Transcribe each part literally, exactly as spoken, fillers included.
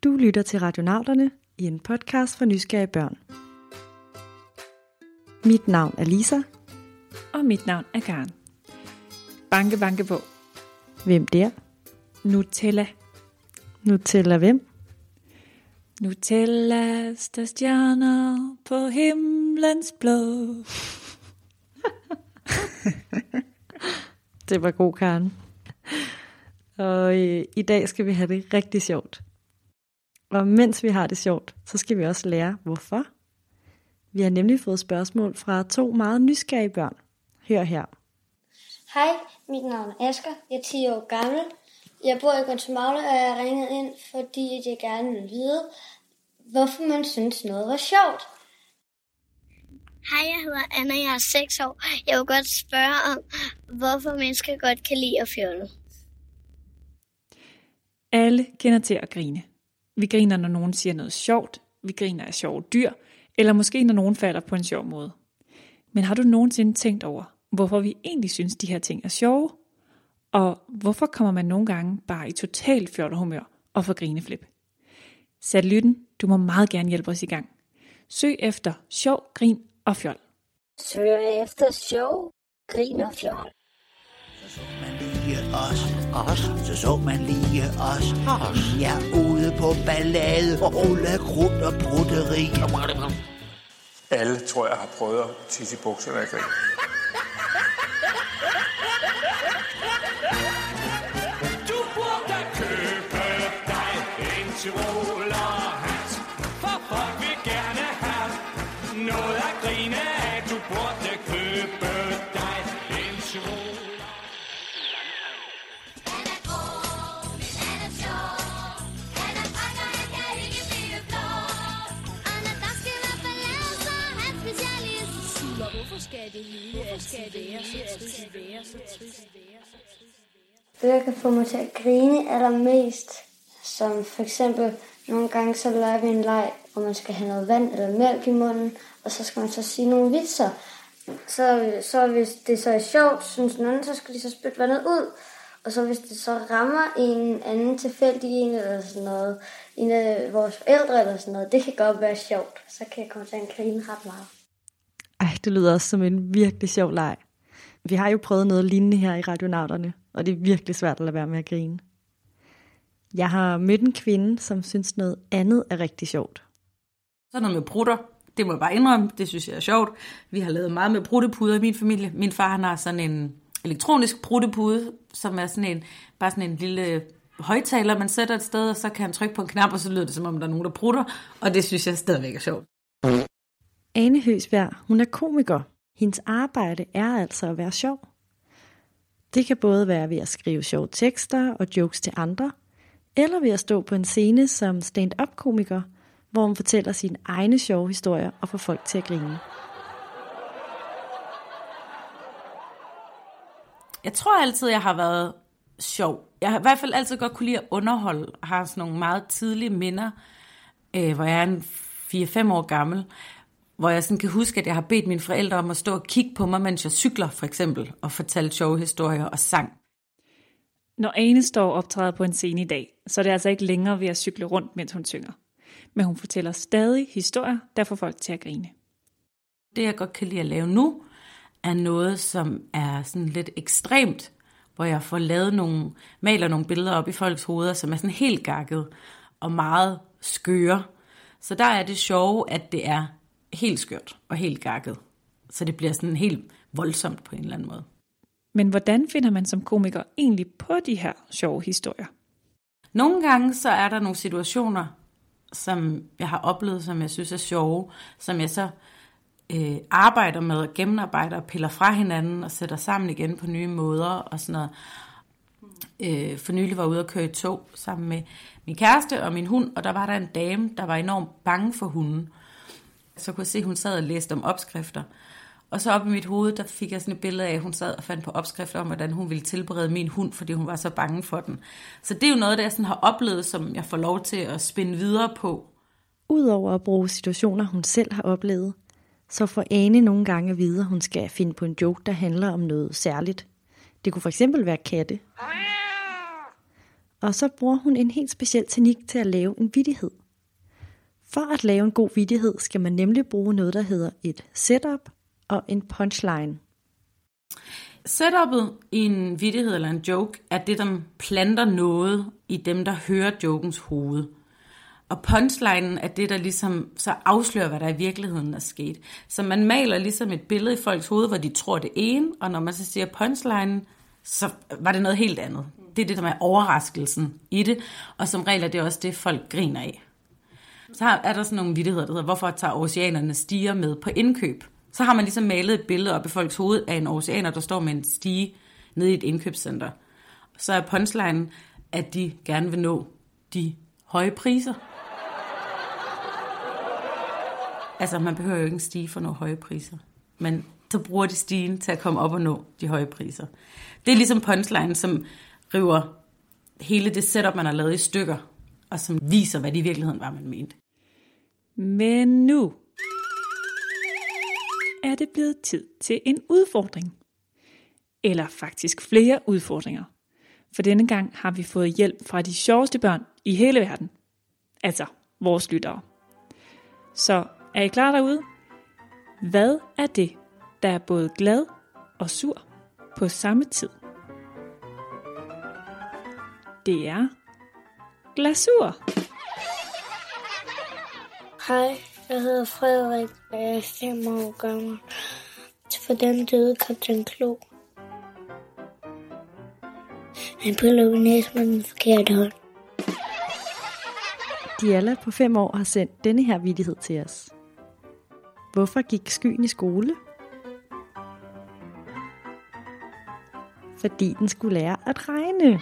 Du lytter til Radionauterne i en podcast for nysgerrige børn. Mit navn er Lisa. Og mit navn er Karen. Banke, banke på. Hvem der? Nutella. Nutella hvem? Nutellas der stjerner på himlens blå. Det var god, Karen. Og øh, i dag skal vi have det rigtig sjovt. Og mens vi har det sjovt, så skal vi også lære, hvorfor. Vi har nemlig fået spørgsmål fra to meget nysgerrige børn. Hør her. Hej, mit navn er Asger. Jeg er ti år gammel. Jeg bor i Guatemala, og jeg er ringet ind, fordi jeg gerne vil vide, hvorfor man synes noget var sjovt. Hej, jeg hedder Anna, jeg er seks år. Jeg vil godt spørge om, hvorfor mennesker godt kan lide at fjolle. Alle kender til at grine. Vi griner, når nogen siger noget sjovt. Vi griner af sjove dyr. Eller måske, når nogen falder på en sjov måde. Men har du nogensinde tænkt over, hvorfor vi egentlig synes, de her ting er sjove? Og hvorfor kommer man nogle gange bare i totalt fjollerhumør og får grineflip? Sæt lytten, du må meget gerne hjælpe os i gang. Søg efter sjov, grin og fjol. Søg efter sjov, grin og fjol. Så så man lige os, os, så så man lige os, os. Jeg er ude på ballade og rulle krudt og brutteri. Alle, tror jeg, har prøvet at tisse i bukserne af grin. Du burde købe dig en tyrolerhat, for folk vil gerne have noget at grine af. Du burde købe dig en tyrolerhat. Det, der kan få mig til at grine allermest, som for eksempel nogle gange så leger vi en leg, hvor man skal have noget vand eller mælk i munden, og så skal man så sige nogle vitser. Så, så hvis det så er sjovt, synes den anden, så skal de så spytte vandet ud. Og så hvis det så rammer en anden tilfældig en eller sådan noget, en af vores forældre eller sådan noget, det kan godt være sjovt. Så kan jeg komme til at grine ret meget. Ej, det lyder også som en virkelig sjov leg. Vi har jo prøvet noget lignende her i Radionauterne, og det er virkelig svært at lade være med at grine. Jeg har mødt en kvinde, som synes noget andet er rigtig sjovt. Så noget med prutter, det må jeg bare indrømme, det synes jeg er sjovt. Vi har lavet meget med pruttepuder i min familie. Min far han har sådan en elektronisk pruttepude, som er sådan en, bare sådan en lille højtaler, man sætter et sted, og så kan han trykke på en knap, og så lyder det som om der er nogen, der prutter, og det synes jeg stadigvæk er sjovt. Ane Høgsberg, hun er komiker. Hendes arbejde er altså at være sjov. Det kan både være ved at skrive sjove tekster og jokes til andre, eller ved at stå på en scene som stand-up-komiker, hvor hun fortæller sine egne sjove historier og får folk til at grine. Jeg tror altid, jeg har været sjov. Jeg har i hvert fald altid godt kunne lide at underholde. Jeg har sådan nogle meget tidlige minder, øh, hvor jeg er en fire fem år gammel, hvor jeg sådan kan huske, at jeg har bedt mine forældre om at stå og kigge på mig, mens jeg cykler for eksempel, og fortælle sjove historier og sang. Når Ane står og optræder på en scene i dag, så er det altså ikke længere ved at cykle rundt, mens hun synger. Men hun fortæller stadig historier, der får folk til at grine. Det jeg godt kan lide at lave nu, er noget, som er sådan lidt ekstremt, hvor jeg får lavet nogle, maler nogle billeder op i folks hoveder, som er sådan helt gakket og meget skøre. Så der er det sjove, at det er helt skørt og helt gakket. Så det bliver sådan helt voldsomt på en eller anden måde. Men hvordan finder man som komiker egentlig på de her sjove historier? Nogle gange så er der nogle situationer, som jeg har oplevet, som jeg synes er sjove, som jeg så øh, arbejder med og gennemarbejder og piller fra hinanden og sætter sammen igen på nye måder og sådan noget. Øh, for nylig var jeg ude at køre i tog sammen med min kæreste og min hund, og der var der en dame, der var enormt bange for hunden. Så kunne jeg se, at hun sad og læste om opskrifter. Og så op i mit hoved, der fik jeg sådan et billede af, at hun sad og fandt på opskrifter om, hvordan hun ville tilberede min hund, fordi hun var så bange for den. Så det er jo noget, der jeg sådan har oplevet, som jeg får lov til at spænde videre på. Udover at bruge situationer, hun selv har oplevet, så får Ane nogle gange at vide, at hun skal finde på en joke, der handler om noget særligt. Det kunne for eksempel være katte. og så bruger hun en helt speciel teknik til at lave en vittighed. For at lave en god vittighed skal man nemlig bruge noget, der hedder et setup og en punchline. Setupet i en vittighed eller en joke er det, der planter noget i dem, der hører jokens hoved. Og punchlinen er det, der ligesom så afslører, hvad der i virkeligheden er sket. Så man maler ligesom et billede i folks hoved, hvor de tror det ene, og når man så siger punchlinen, så var det noget helt andet. Det er det, der er overraskelsen i det, og som regel er det også det, folk griner af. Så er der sådan nogle vittigheder, der hedder, hvorfor tager oceanerne stiger med på indkøb? Så har man ligesom malet et billede op i folks hoved af en oceaner, der står med en stige nede i et indkøbscenter. Så er punchlinen, at de gerne vil nå de høje priser. Altså, man behøver jo ikke en stige for at nå høje priser. Men så bruger de stigen til at komme op og nå de høje priser. Det er ligesom punchline, som river hele det setup, man har lavet i stykker, og som viser, hvad det i virkeligheden var, man mente. Men nu er det blevet tid til en udfordring. Eller faktisk flere udfordringer. For denne gang har vi fået hjælp fra de sjoveste børn i hele verden. Altså vores lyttere. Så er I klar derude? Hvad er det, der er både glad og sur på samme tid? Det er glasur. Hej, jeg hedder Frederik, og jeg er fem år gammel. Hvordan døde kaptajn Klo? Han pillede næsen med den forkerte hånd. Dialla på fem år har sendt denne her vittighed til os. Hvorfor gik skyen i skole? Fordi den skulle lære at regne.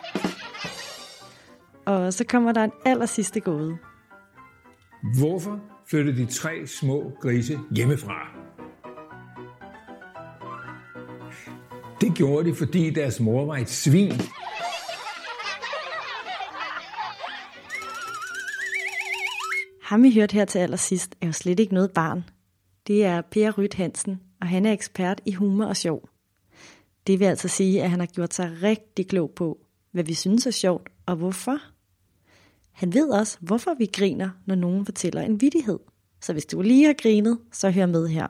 Og så kommer der en aller sidste gåde. Hvorfor flyttede de tre små grise hjemmefra? Det gjorde de, fordi deres mor var et svin. Ham I hørte her til allersidst er jo slet ikke noget barn. Det er Per Ryt Hansen, og han er ekspert i humor og sjov. Det vil altså sige, at han har gjort sig rigtig klog på, hvad vi synes er sjovt og hvorfor. Han ved også, hvorfor vi griner, når nogen fortæller en vittighed. Så hvis du lige har grinet, så hør med her.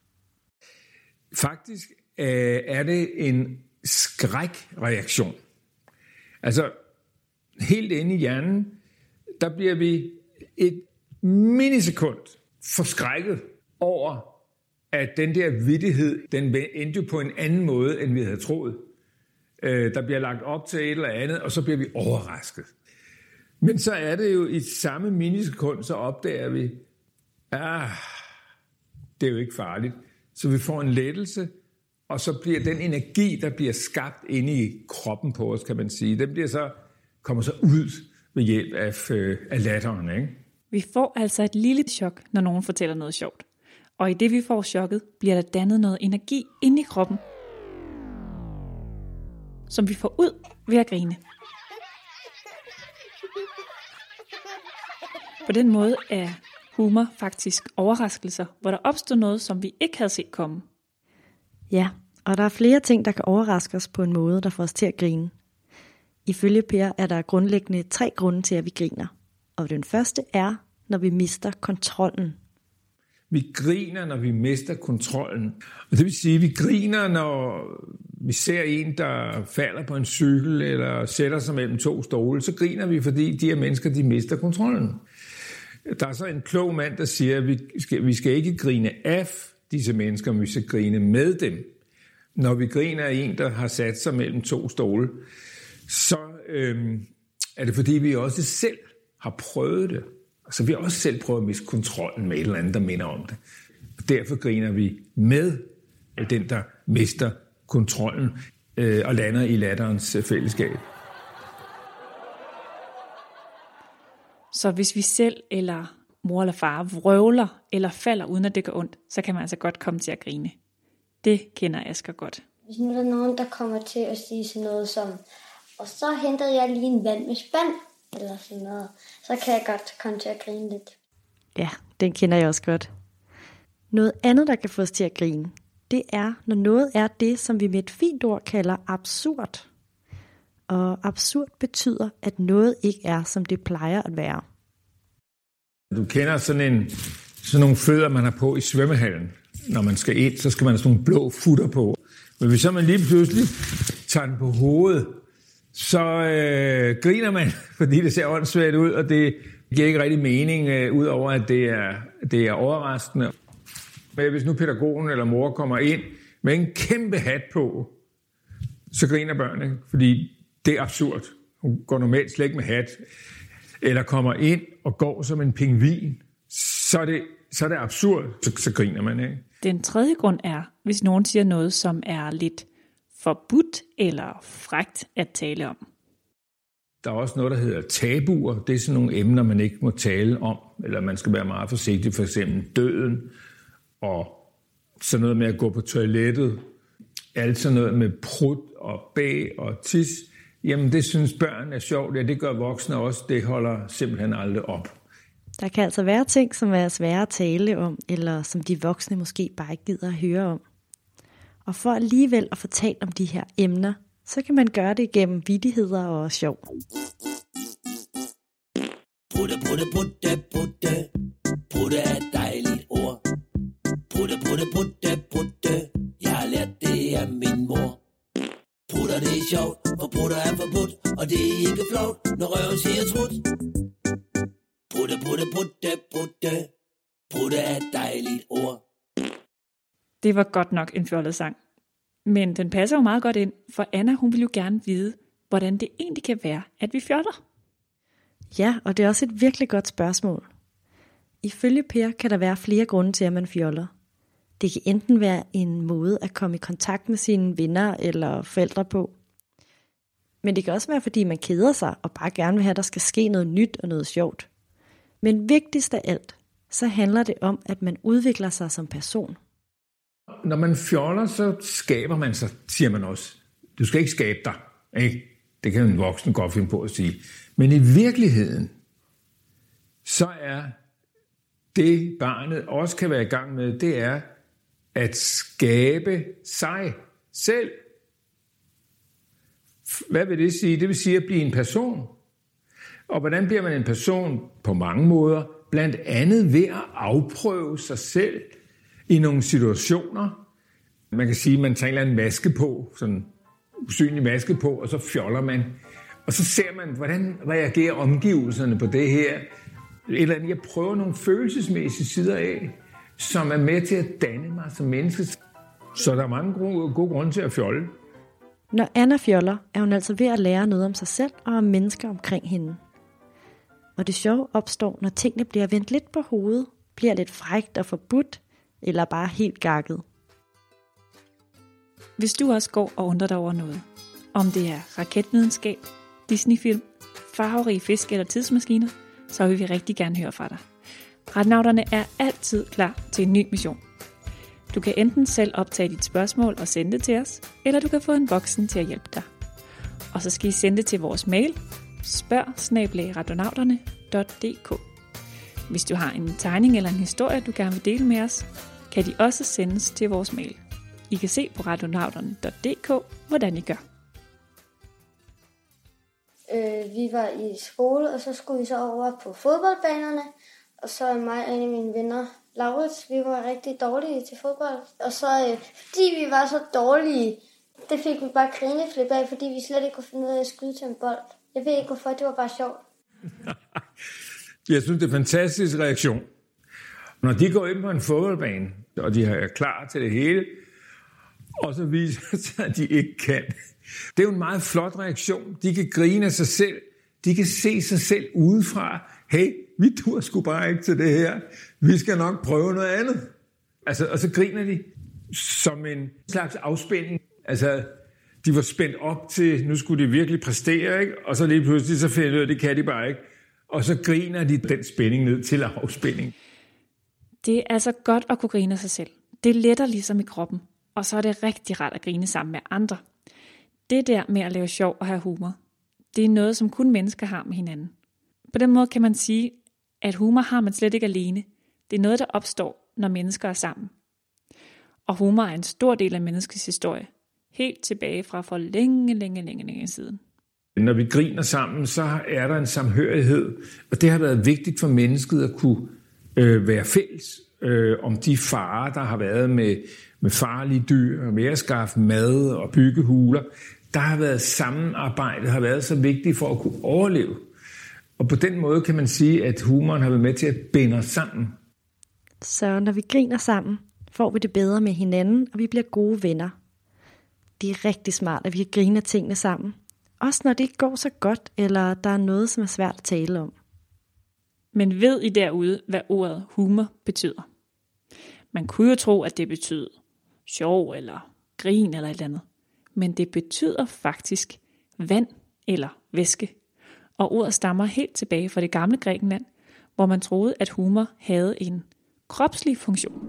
Faktisk øh, er det en skrækreaktion. Altså, helt inde i hjernen, der bliver vi et minisekund forskrækket over, at den der vittighed, den endte på en anden måde, end vi havde troet. Øh, der bliver lagt op til et eller andet, og så bliver vi overrasket. Men så er det jo i samme minisekund, så opdager vi, ah, det er jo ikke farligt. Så vi får en lettelse, og så bliver den energi, der bliver skabt inde i kroppen på os, kan man sige, den bliver så, kommer så ud ved hjælp af, øh, af latteren, ikke? Vi får altså et lille chok, når nogen fortæller noget sjovt. Og i det vi får chokket, bliver der dannet noget energi inde i kroppen, som vi får ud ved at grine. På den måde er humor faktisk overraskelser, hvor der opstår noget, som vi ikke havde set komme. Ja, og der er flere ting, der kan overraske os på en måde, der får os til at grine. Ifølge Per er der grundlæggende tre grunde til, at vi griner. Og den første er, når vi mister kontrollen. Vi griner, når vi mister kontrollen. Og det vil sige, at vi griner, når vi ser en, der falder på en cykel eller sætter sig mellem to stole. Så griner vi, fordi de her mennesker, de mister kontrollen. Der er så en klog mand, der siger, at vi skal, vi skal ikke grine af disse mennesker, men vi skal grine med dem. Når vi griner af en, der har sat sig mellem to stole, så øhm, er det fordi, vi også selv har prøvet det. Altså vi har også selv prøvet at miste kontrollen med et eller andet, der minder om det. Og derfor griner vi med den, der mister kontrollen øh, og lander i latterens fællesskab. Så hvis vi selv eller mor eller far vrøvler eller falder uden at det gør ondt, så kan man altså godt komme til at grine. Det kender Asger godt. Hvis nu er der nogen, der kommer til at sige sådan noget som, og så hentede jeg lige en vand med spand, eller sådan noget, så kan jeg godt komme til at grine lidt. Ja, den kender jeg også godt. Noget andet, der kan få os til at grine, det er, når noget er det, som vi med et fint ord kalder absurd. og absurd betyder, at noget ikke er, som det plejer at være. Du kender sådan, en, sådan nogle fødder, man har på i svømmehallen. Når man skal ind, så skal man have sådan nogle blå futter på. Men hvis så man lige pludselig tager den på hovedet, så øh, griner man, fordi det ser åndssvagt ud, og det giver ikke rigtig mening, øh, udover at det er, det er overraskende. Men hvis nu pædagogen eller mor kommer ind med en kæmpe hat på, så griner børnene, fordi det er absurd. Hun går normalt slet ikke med hat. Eller kommer ind og går som en pingvin, så er det, så er det absurd, så, så griner man, ikke? Den tredje grund er, hvis nogen siger noget, som er lidt forbudt eller frækt at tale om. Der er også noget, der hedder tabuer. Det er sådan nogle emner, man ikke må tale om, eller man skal være meget forsigtig, for eksempel døden, og sådan noget med at gå på toilettet, alt sådan noget med prut og bæ og tis. Jamen, det synes børn er sjovt, ja, det gør voksne også, det holder simpelthen aldrig op. Der kan altså være ting, som er svære at tale om, eller som de voksne måske bare ikke gider at høre om. Og for alligevel at få talt om de her emner, så kan man gøre det gennem vittigheder og sjov. Putte, putte, putte, putte. Putte er et dejligt ord. Putte, putte, putte, putte. Jeg har lært det af min mor. Putter, det er sjovt, for putter er forbudt, og det er ikke flot, når røven siger trut. Putte, putte, putte, putte. Putte er et dejligt ord. Det var godt nok en fjollet sang. Men den passer jo meget godt ind, for Anna hun vil jo gerne vide, hvordan det egentlig kan være, at vi fjoller. Ja, og det er også et virkelig godt spørgsmål. Ifølge Per kan der være flere grunde til, at man fjoller. Det kan enten være en måde at komme i kontakt med sine venner eller forældre på. Men det kan også være, fordi man keder sig og bare gerne vil have, at der skal ske noget nyt og noget sjovt. Men vigtigst af alt, så handler det om, at man udvikler sig som person. Når man fjoller, så skaber man sig, siger man også. Du skal ikke skabe dig, ikke? Det kan en voksen godt finde på at sige. Men i virkeligheden, så er det, barnet også kan være i gang med, det er at skabe sig selv. Hvad vil det sige? Det vil sige at blive en person. Og hvordan bliver man en person? På mange måder. Blandt andet ved at afprøve sig selv i nogle situationer. Man kan sige, at man tager en eller anden maske på, sådan en usynlig maske på, og så fjoller man. Og så ser man, hvordan reagerer omgivelserne på det her. Et eller andet, jeg prøver nogle følelsesmæssige sider af, som er med til at danne mig som menneske. Så der er mange gode, gode grunde til at fjolle. Når Anna fjoller, er hun altså ved at lære noget om sig selv og om mennesker omkring hende. Og det sjove opstår, når tingene bliver vendt lidt på hovedet, bliver lidt frækt og forbudt, eller bare helt gakket. Hvis du også går og undrer dig over noget, om det er raketvidenskab, Disney-film, farverige fisk eller tidsmaskiner, så vil vi rigtig gerne høre fra dig. Radionauterne er altid klar til en ny mission. Du kan enten selv optage dit spørgsmål og sende det til os, eller du kan få en voksen til at hjælpe dig. Og så skal I sende det til vores mail, spørg bindestreg radionauterne punktum d k. Hvis du har en tegning eller en historie, du gerne vil dele med os, kan de også sendes til vores mail. I kan se på radionauterne punktum d k, hvordan I gør. Øh, vi var i skole, og så skulle vi så over på fodboldbanerne. Og så mig og en af mine venner, Laurits, vi var rigtig dårlige til fodbold. Og så, øh, fordi vi var så dårlige, det fik vi bare grineflip af, fordi vi slet ikke kunne finde ud af at skyde til en bold. Jeg ved ikke hvorfor, det var bare sjovt. Jeg synes, det er en fantastisk reaktion. Når de går ind på en fodboldbane, og de er klar til det hele, og så viser det sig, at de ikke kan. Det er jo en meget flot reaktion. De kan grine af sig selv. De kan se sig selv udefra. Hey, vi dur sgu bare ikke til det her. Vi skal nok prøve noget andet. Altså, og så griner de som en slags afspænding. Altså, de var spændt op til, nu skulle de virkelig præstere, ikke? Og så lige pludselig så finder de ud af, det kan de bare ikke. Og så griner de den spænding ned til afspænding. Det er altså godt at kunne grine af sig selv. Det letter ligesom i kroppen. Og så er det rigtig rart at grine sammen med andre. Det der med at lave sjov og have humor, det er noget, som kun mennesker har med hinanden. På den måde kan man sige, at humor har man slet ikke alene. Det er noget, der opstår, når mennesker er sammen. Og humor er en stor del af menneskets historie. Helt tilbage fra for længe, længe, længe, længe siden. Når vi griner sammen, så er der en samhørighed, og det har været vigtigt for mennesket at kunne øh, være fælles øh, om de farer, der har været med, med farlige dyr, med at skaffe mad og bygge huler. Der har været sammenarbejde, har været så vigtigt for at kunne overleve. Og på den måde kan man sige, at humoren har været med til at binde os sammen. Så når vi griner sammen, får vi det bedre med hinanden, og vi bliver gode venner. Det er rigtig smart, at vi kan grine af tingene sammen. Også når det ikke går så godt, eller der er noget, som er svært at tale om. Men ved I derude, hvad ordet humor betyder? Man kunne jo tro, at det betyder sjov, eller grin, eller et eller andet. Men det betyder faktisk vand eller væske. Og ordet stammer helt tilbage fra det gamle Grækenland, hvor man troede, at humor havde en kropslig funktion.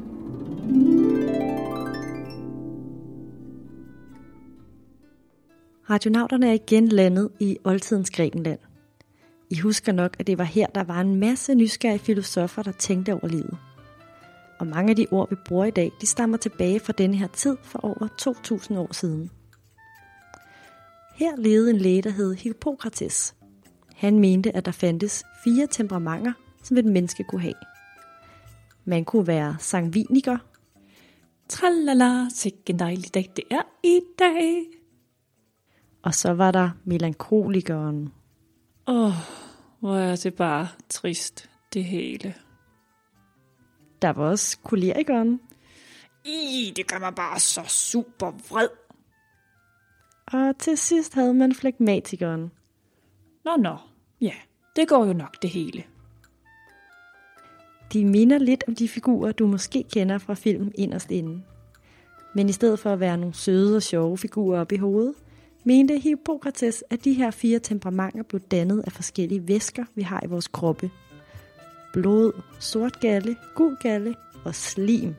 Radionauterne er igen landet i oldtidens Grækenland. I husker nok, at det var her, der var en masse nysgerrige filosofer, der tænkte over livet. Og mange af de ord, vi bruger i dag, de stammer tilbage fra denne her tid for over to tusind år siden. Her levede en læge, der hed Hippokrates. Han mente, at der fandtes fire temperamenter, som et menneske kunne have. Man kunne være sangviniker. Tralala, sikke en dejlig dag, det er i dag. Og så var der melankolikeren. Åh, oh, hvor er det bare trist, det hele. Der var også kolerikeren. I, det gør mig bare så super vred. Og til sidst havde man flegmatikeren. Nå, nå, ja, det går jo nok det hele. De minder lidt om de figurer, du måske kender fra filmen Inderst Inde. Men i stedet for at være nogle søde og sjove figurer op i hovedet, mente Hippokrates, at de her fire temperamenter blev dannet af forskellige væsker, vi har i vores kroppe. Blod, sort galle, gul galle og slim.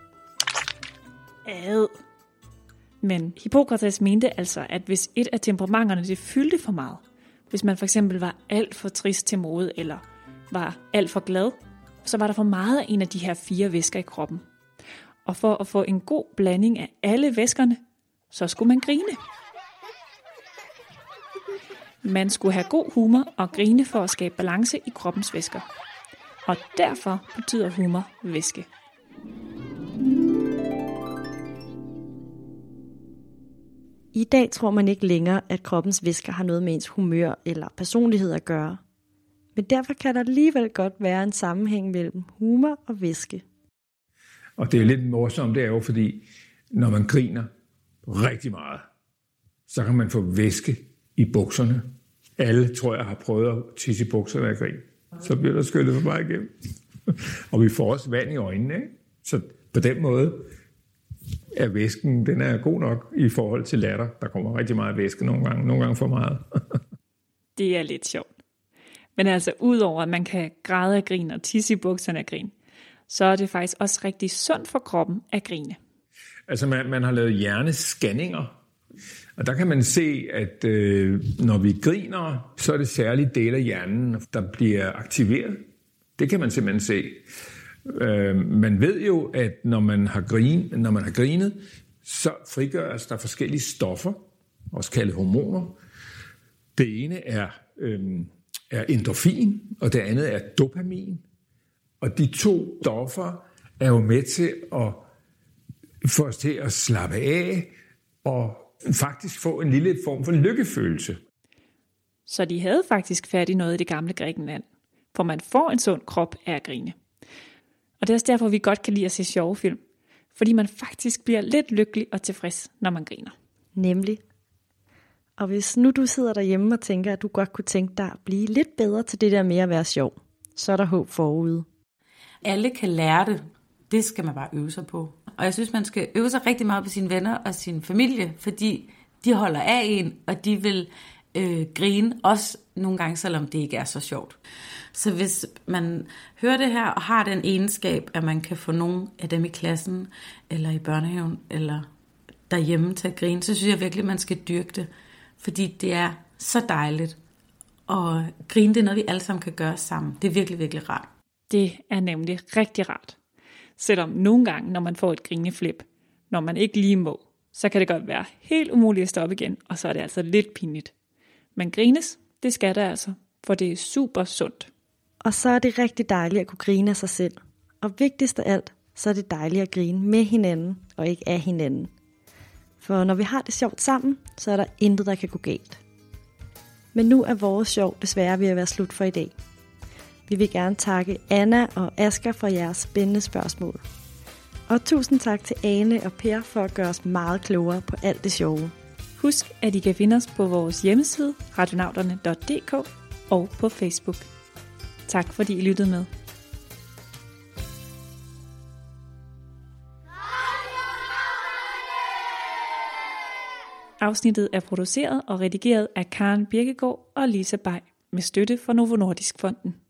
Ad. Men Hippokrates mente altså, at hvis et af temperamenterne det fyldte for meget, hvis man for eksempel var alt for trist til mode eller var alt for glad, så var der for meget af en af de her fire væsker i kroppen. Og for at få en god blanding af alle væskerne, så skulle man grine. Man skulle have god humor og grine for at skabe balance i kroppens væsker. Og derfor betyder humor væske. I dag tror man ikke længere, at kroppens væsker har noget med ens humør eller personlighed at gøre. Men derfor kan der alligevel godt være en sammenhæng mellem humor og væske. Og det er lidt morsomt, det er jo, fordi når man griner rigtig meget, så kan man få væske i bukserne. Alle, tror jeg, har prøvet at tisse i bukserne af grin. Så bliver der skyllet for meget igennem. Og vi får også vand i øjnene, ikke? Så på den måde er væsken, den er god nok i forhold til latter. Der kommer rigtig meget væske nogle gange, nogle gange for meget. Det er lidt sjovt. Men altså, udover at man kan græde af grin og tisse i bukserne af grin, så er det faktisk også rigtig sundt for kroppen at grine. Altså, man, man har lavet hjernescanninger, og der kan man se, at øh, når vi griner, så er det særlige dele af hjernen, der bliver aktiveret. Det kan man simpelthen se. Øh, man ved jo, at når man har, grin, når man har grinet, så frigøres der forskellige stoffer, også kaldet hormoner. Det ene er, øh, er endorfin, og det andet er dopamin. Og de to stoffer er jo med til at få os til at slappe af og faktisk få en lille form for lykkefølelse. Så de havde faktisk fat i noget i det gamle Grækenland, for man får en sund krop af at grine. Og det er også derfor, vi godt kan lide at se sjove film, fordi man faktisk bliver lidt lykkelig og tilfreds, når man griner. Nemlig. Og hvis nu du sidder derhjemme og tænker, at du godt kunne tænke dig at blive lidt bedre til det der med at være sjov, så er der håb forude. Alle kan lære det. Det skal man bare øve sig på. Og jeg synes, man skal øve sig rigtig meget på sine venner og sin familie, fordi de holder af en, og de vil øh, grine, også nogle gange, selvom det ikke er så sjovt. Så hvis man hører det her og har den egenskab, at man kan få nogen af dem i klassen, eller i børnehaven, eller derhjemme til at grine, så synes jeg virkelig, at man skal dyrke det. Fordi det er så dejligt. Og grine, det er noget, vi alle sammen kan gøre sammen. Det er virkelig, virkelig rart. Det er nemlig rigtig rart. Selvom nogle gange, når man får et grineflip, når man ikke lige må, så kan det godt være helt umuligt at stoppe igen, og så er det altså lidt pinligt. Men grines, det skal der altså, for det er super sundt. Og så er det rigtig dejligt at kunne grine af sig selv. Og vigtigst af alt, så er det dejligt at grine med hinanden og ikke af hinanden. For når vi har det sjovt sammen, så er der intet, der kan gå galt. Men nu er vores sjov desværre ved at være slut for i dag. Vi vil gerne takke Anna og Asger for jeres spændende spørgsmål. Og tusind tak til Ane og Per for at gøre os meget klogere på alt det sjove. Husk, at I kan finde os på vores hjemmeside radionauterne punktum d k og på Facebook. Tak fordi I lyttede med. Afsnittet er produceret og redigeret af Karen Birkegaard og Lisa Bay med støtte fra Novo Nordisk Fonden.